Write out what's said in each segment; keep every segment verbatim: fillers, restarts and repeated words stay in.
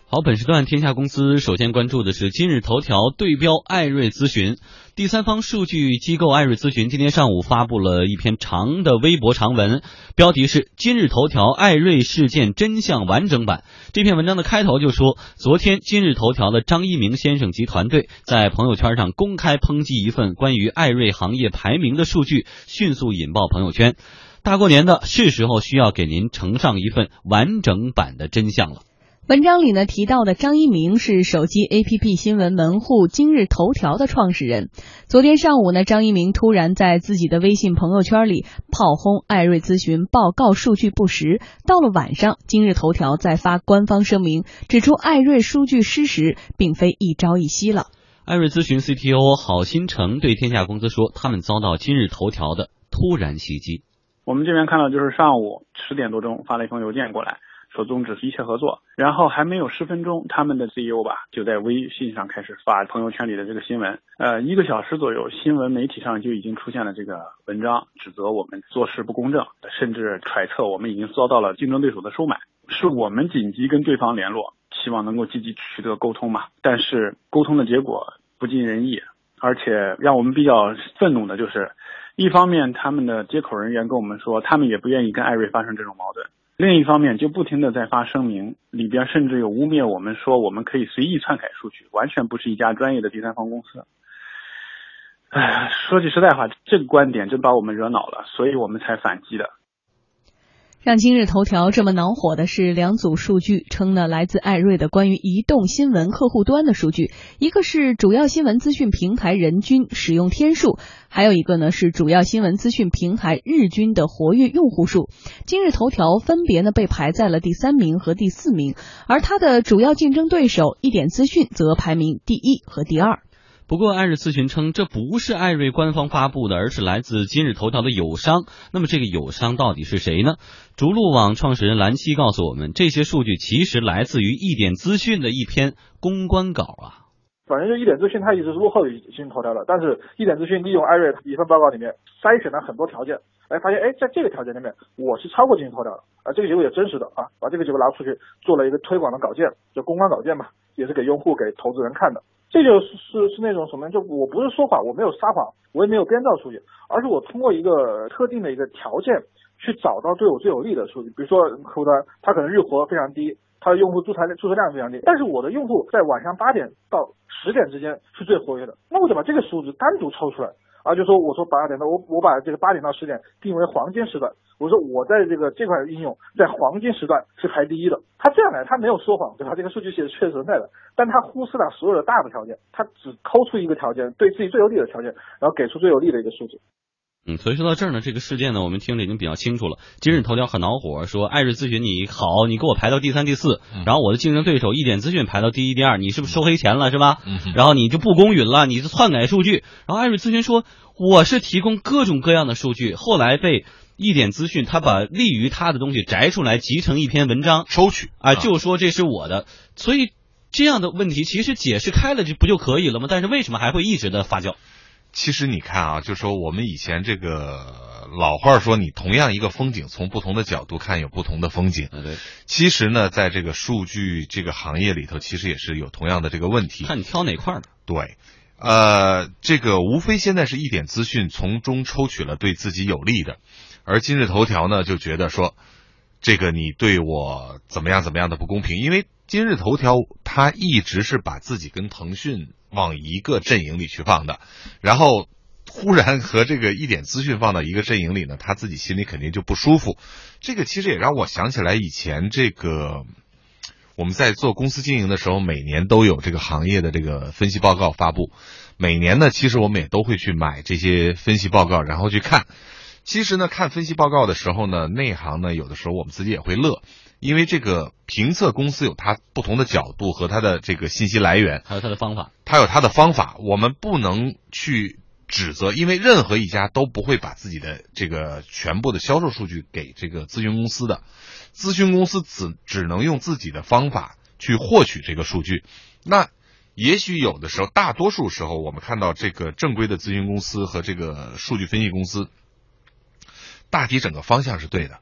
好，本时段天下公司首先关注的是今日头条对标艾瑞咨询。第三方数据机构艾瑞咨询今天上午发布了一篇长的微博长文，标题是今日头条艾瑞事件真相完整版。这篇文章的开头就说，昨天今日头条的张一鸣先生及团队在朋友圈上公开抨击一份关于艾瑞行业排名的数据，迅速引爆朋友圈。大过年的，是时候需要给您呈上一份完整版的真相了。 文章里呢提到的张一鸣是手机 A P P 新闻门户今日头条的创始人。昨天上午呢，张一鸣突然在自己的微信朋友圈里炮轰艾瑞咨询报告数据不实。到了晚上，今日头条再发官方声明，指出艾瑞数据失实，并非一朝一夕了。 艾瑞咨询 C T O 郝新成对天下公司说，他们遭到今日头条的突然袭击。 我们这边看到就是上午十点多钟发了一封邮件过来，说终止一切合作，然后还没有十分钟，他们的 C E O 吧就在微信上开始发朋友圈里的这个新闻。呃，一个小时左右，新闻媒体上就已经出现了这个文章，指责我们做事不公正，甚至揣测我们已经遭到了竞争对手的收买。是我们紧急跟对方联络，希望能够积极取得沟通嘛，但是沟通的结果不尽人意，而且让我们比较愤怒的就是，一方面他们的接口人员跟我们说，他们也不愿意跟艾瑞发生这种矛盾。另一方面就不停地在发声明，里边甚至有污蔑我们说我们可以随意篡改数据，完全不是一家专业的第三方公司。唉，说句实在话，这个观点真把我们惹恼了，所以我们才反击的。 让今日头条这么恼火的是两组数据，称呢来自艾瑞的关于移动新闻客户端的数据，一个是主要新闻资讯平台人均使用天数，还有一个呢是主要新闻资讯平台日均的活跃用户数。今日头条分别呢被排在了第三名和第四名，而它的主要竞争对手一点资讯则排名第一和第二。 不过艾瑞咨询称，这不是艾瑞官方发布的，而是来自今日头条的友商。那么这个友商到底是谁呢？逐鹿网创始人兰溪告诉我们，这些数据其实来自于一点资讯的一篇公关稿啊。 反正就一点资讯它一直是落后于今日头条的，但是一点资讯利用艾瑞一份报告里面筛选了很多条件，哎，发现哎，在这个条件里面我是超过今日头条的啊，这个结果也真实的啊，把这个结果拿出去做了一个推广的稿件，就公关稿件嘛，也是给用户给投资人看的。这就是是是那种什么，就我不是说谎，我没有撒谎，我也没有编造数据，而是我通过一个特定的一个条件去找到对我最有利的数据。比如说客户端它可能日活非常低，它的用户注册注册量非常低，但是我的用户在晚上八点到十点之间是最活跃的，那我就把这个数字单独抽出来啊，就说我说八点到我我把这个八点到十点定为黄金时段，我说我在这个这块应用在黄金时段是排第一的。他这样来，他没有说谎，对吧？这个数据其实确实存在的，但他忽视了所有的大的条件，他只抠出一个条件，对自己最有利的条件，然后给出最有利的一个数字。 嗯，所以说到这儿呢，这个事件呢，我们听着已经比较清楚了。今日头条很恼火，说艾瑞咨询你好，你给我排到第三、第四， 嗯、 然后我的竞争对手一点资讯排到第一、第二，你是不是收黑钱了，是吧？ 嗯、 然后你就不公允了，你是篡改数据。然后艾瑞咨询说，我是提供各种各样的数据，后来被一点资讯他把利于他的东西摘出来，集成一篇文章收取啊、呃，就说这是我的。所以这样的问题其实解释开了就不就可以了吗？但是为什么还会一直的发酵？ 其实你看啊，就说我们以前这个老话说，你同样一个风景，从不同的角度看有不同的风景。 对， 其实呢，在这个数据这个行业里头，其实也是有同样的这个问题。 看你挑哪块的。 对，呃，这个无非现在是一点资讯从中抽取了对自己有利的，而今日头条呢就觉得说，这个你对我怎么样怎么样的不公平，因为今日头条它一直是把自己跟腾讯往一个阵营里去放的，然后忽然和这个一点资讯放到一个阵营里呢，他自己心里肯定就不舒服。这个其实也让我想起来以前这个我们在做公司经营的时候，每年都有这个行业的这个分析报告发布，每年呢其实我们也都会去买这些分析报告然后去看。其实呢看分析报告的时候呢，内行呢有的时候我们自己也会乐，因为这个评测公司有它不同的角度和它的这个信息来源， 还有它的方法， 它有它的方法，我们不能去指责，因为任何一家都不会把自己的这个全部的销售数据给这个咨询公司的，咨询公司只只能用自己的方法去获取这个数据。那也许有的时候，大多数时候我们看到这个正规的咨询公司和这个数据分析公司大体整个方向是对的，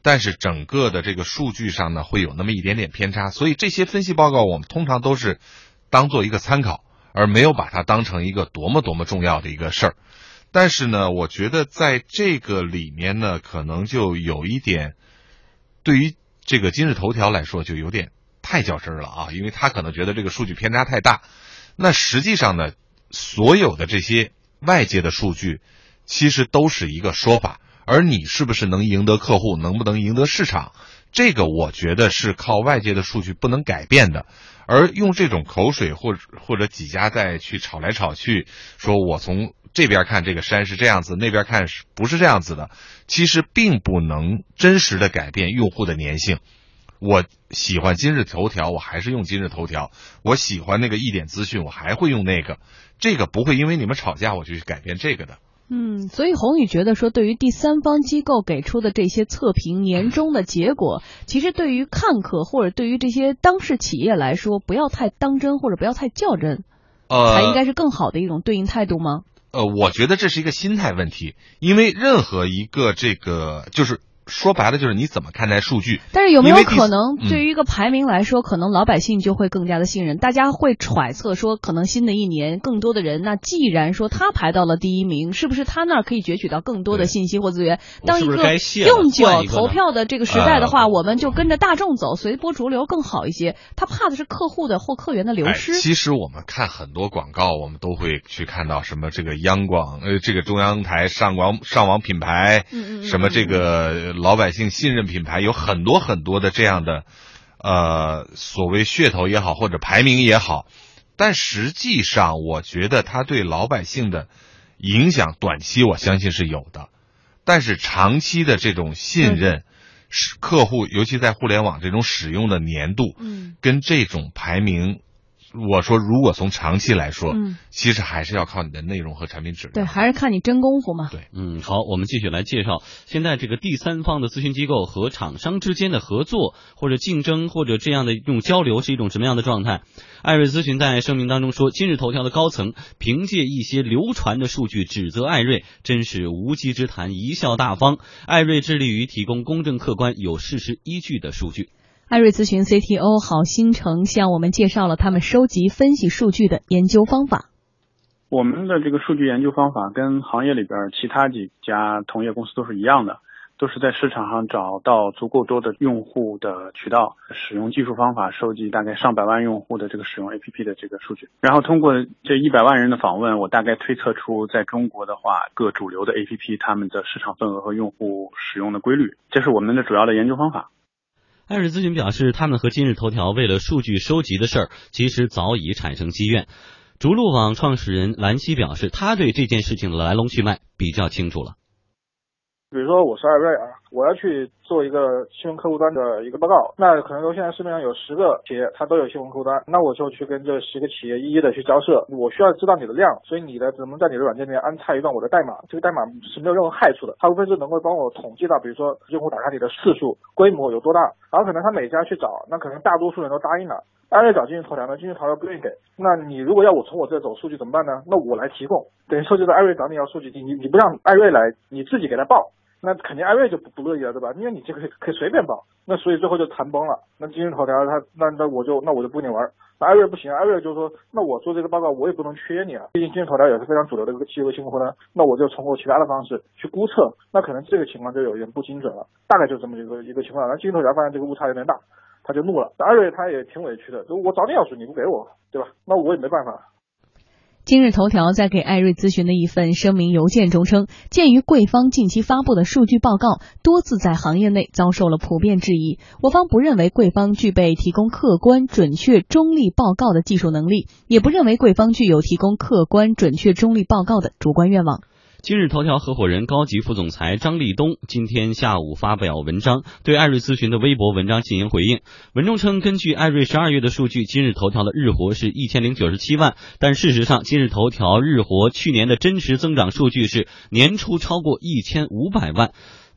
但是整个的这个数据上呢会有那么一点点偏差，所以这些分析报告我们通常都是当做一个参考，而没有把它当成一个多么多么重要的一个事儿。但是呢，我觉得在这个里面呢，可能就有一点，对于这个今日头条来说就有点太较真了啊，因为他可能觉得这个数据偏差太大。那实际上呢，所有的这些外界的数据其实都是一个说法，而你是不是能赢得客户，能不能赢得市场，这个我觉得是靠外界的数据不能改变的。而用这种口水或者或者几家再去吵来吵去，说我从这边看这个山是这样子，那边看是不是这样子的，其实并不能真实的改变用户的粘性。我喜欢今日头条，我还是用今日头条；我喜欢那个一点资讯，我还会用那个。这个不会因为你们吵架我就去改变这个的。 嗯，所以洪宇觉得说，对于第三方机构给出的这些测评年终的结果，其实对于看客或者对于这些当事企业来说，不要太当真或者不要太较真， 呃， 才应该是更好的一种对应态度吗？ 呃，我觉得这是一个心态问题，因为任何一个这个就是说白了就是你怎么看待数据。 但是有没有可能嗯、 对于一个排名来说，可能老百姓就会更加的信任，大家会揣测说可能新的一年更多的人，那既然说他排到了第一名，是不是他那儿可以攫取到更多的信息或资源？当一个用久投票的这个时代的话，我们就跟着大众走，随波逐流更好一些。他怕的是客户的或客源的流失。 哎、其实我们看很多广告，我们都会去看到什么这个央广呃这个中央台上网上网品牌， 嗯嗯嗯， 什么这个老百姓信任品牌，有很多很多的这样的呃所谓噱头也好或者排名也好，但实际上我觉得它对老百姓的影响短期我相信是有的，但是长期的这种信任、嗯、客户尤其在互联网这种使用的粘度、嗯、跟这种排名，我说如果从长期来说、嗯、其实还是要靠你的内容和产品质量。 对，还是看你真功夫嘛。 对， 嗯，好，我们继续来介绍现在这个第三方的咨询机构和厂商之间的合作或者竞争或者这样的一种交流是一种什么样的状态。艾瑞咨询在声明当中说，今日头条的高层凭借一些流传的数据指责艾瑞，真是无稽之谈，贻笑大方。艾瑞致力于提供公正客观有事实依据的数据。 艾瑞咨询 C T O 郝新成向我们介绍了他们收集分析数据的研究方法。 我们的这个数据研究方法跟行业里边其他几家同业公司都是一样的，都是在市场上找到足够多的用户的渠道，使用技术方法收集大概上百万用户的这个使用 A P P 的这个数据，然后通过这一百万人的访问，我大概推测出在中国的话各主流的 A P P 他们的市场份额和用户使用的规律，这是我们的主要的研究方法。 艾瑞咨询表示，他们和今日头条为了数据收集的事儿其实早已产生积怨。逐鹿网创始人兰溪表示，他对这件事情的来龙去脉比较清楚了。 比如说我是艾瑞啊，我要去做一个新闻客户端的一个报告，那可能说现在市面上有十个企业它都有新闻客户端，那我就去跟这十个企业一一的去交涉，我需要知道你的量，所以你的怎么在你的软件里面安插一段我的代码，这个代码是没有任何害处的，它无非是能够帮我统计到比如说用户打开你的次数规模有多大，然后可能他每家去找，那可能大多数人都答应了，艾瑞找今日头条呢，今日头条不愿意给，那你如果要我从我这走数据怎么办呢？那我来提供，等于说就是艾瑞找你要数据，你你不让艾瑞来，你自己给他报，那肯定艾瑞就不不乐意了，对吧？因为你这个可以随便报，那所以最后就谈崩了。那今日头条他那那我就那我就不跟你玩。那艾瑞不行，艾瑞就说那我做这个报告我也不能缺你啊，毕竟今日头条也是非常主流的一个机构新闻呢，那我就通过其他的方式去估测，那可能这个情况就有点不精准了，大概就这么一个一个情况。那今日头条发现这个误差有点大，他就怒了。艾瑞他也挺委屈的，我找你要数你不给我，对吧？那我也没办法。 今日头条在给艾瑞咨询的一份声明邮件中称，鉴于贵方近期发布的数据报告多次在行业内遭受了普遍质疑，我方不认为贵方具备提供客观、准确、中立报告的技术能力，也不认为贵方具有提供客观、准确、中立报告的主观愿望。 今日头条合伙人高级副总裁张立东今天下午发表文章，对艾瑞咨询的微博文章进行回应。文中称，根据艾瑞十二月的数据，今日头条的日活是一千零九十七万，但事实上今日头条日活去年的真实增长数据是年初超过一千五百万。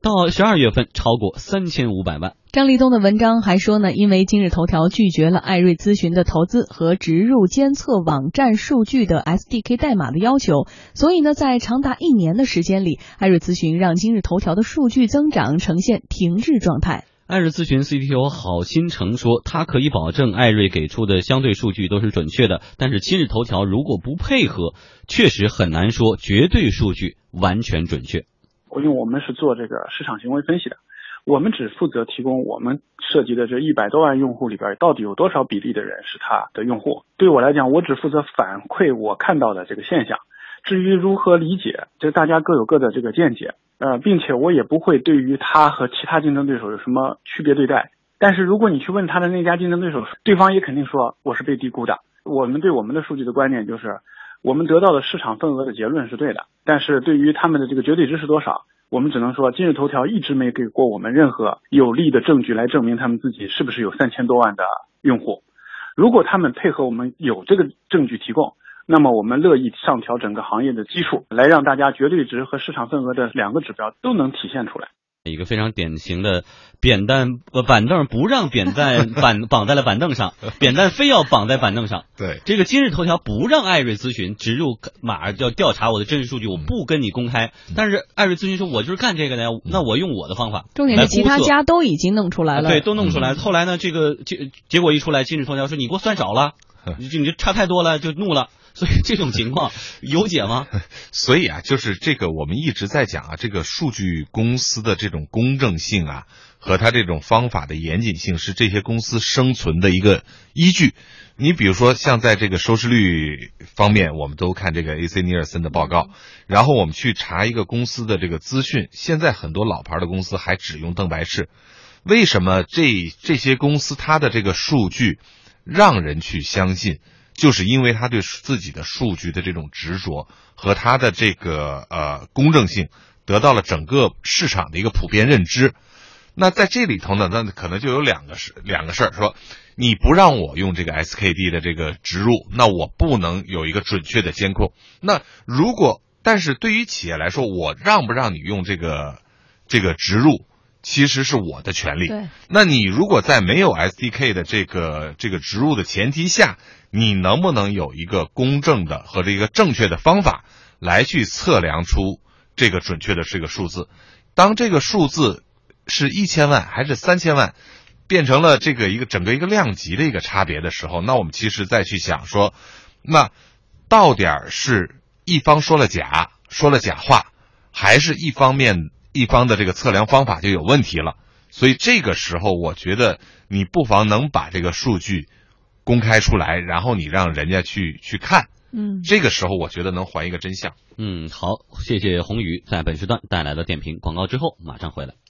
到十二月份超过三千五百万。 张立东的文章还说呢，因为今日头条拒绝了艾瑞咨询的投资和植入监测网站数据的 S D K 代码的要求，所以呢，在长达一年的时间里，艾瑞咨询让今日头条的数据增长呈现停滞状态。 艾瑞咨询 C T O 郝新成说，他可以保证艾瑞给出的相对数据都是准确的，但是今日头条如果不配合，确实很难说绝对数据完全准确。 因为我们是做这个市场行为分析的，我们只负责提供我们涉及的这一百多万用户里边到底有多少比例的人是他的用户。对我来讲，我只负责反馈我看到的这个现象，至于如何理解，这大家各有各的这个见解，呃，并且我也不会对于他和其他竞争对手有什么区别对待。但是如果你去问他的那家竞争对手，对方也肯定说我是被低估的。我们对我们的数据的观念就是，我们得到的市场份额的结论是对的，但是对于他们的这个绝对值是多少，我们只能说今日头条一直没给过我们任何有力的证据来证明他们自己是不是有三千多万的用户。如果他们配合我们有这个证据提供，那么我们乐意上调整个行业的基数，来让大家绝对值和市场份额的两个指标都能体现出来。 一个非常典型的扁担呃板凳不让扁担板绑在了板凳上，扁担非要绑在板凳上。 对， 这个今日头条不让艾瑞咨询植入马上要调查我的真实数据，我不跟你公开。嗯、但是艾瑞咨询说，我就是干这个的呀，那我用我的方法。 重点是其他家都已经弄出来了， 对，都弄出来了。嗯、后来呢，这个结结果一出来，今日头条说你给我算少了，你就你就差太多了，就怒了。所以这种情况有解吗？ 所以啊，就是这个我们一直在讲啊，这个数据公司的这种公正性啊，和它这种方法的严谨性是这些公司生存的一个依据。你比如说像在这个收视率方面，我们都看这个 A C 尼尔森的报告，然后我们去查一个公司的这个资讯，现在很多老牌的公司还只用邓白氏。为什么这这些公司它的这个数据让人去相信？就是因为他对自己的数据的这种执着和他的这个呃公正性得到了整个市场的一个普遍认知。那在这里头呢，那可能就有两个事两个事儿，说你不让我用这个 S K D 的这个植入，那我不能有一个准确的监控。那如果但是对于企业来说，我让不让你用这个这个植入，其实是我的权利。 对， 那你如果在没有 S D K 的这个这个植入的前提下，你能不能有一个公正的和这个正确的方法来去测量出这个准确的这个数字？当这个数字是一千万还是三千万，变成了这个一个整个一个量级的一个差别的时候，那我们其实再去想说，那到底是一方说了假，说了假话，还是一方面一方的这个测量方法就有问题了？所以这个时候，我觉得你不妨能把这个数据公开出来，然后你让人家去去看， 嗯， 这个时候我觉得能还一个真相。 嗯，好，谢谢宏宇在本时段带来的点评。广告之后马上回来。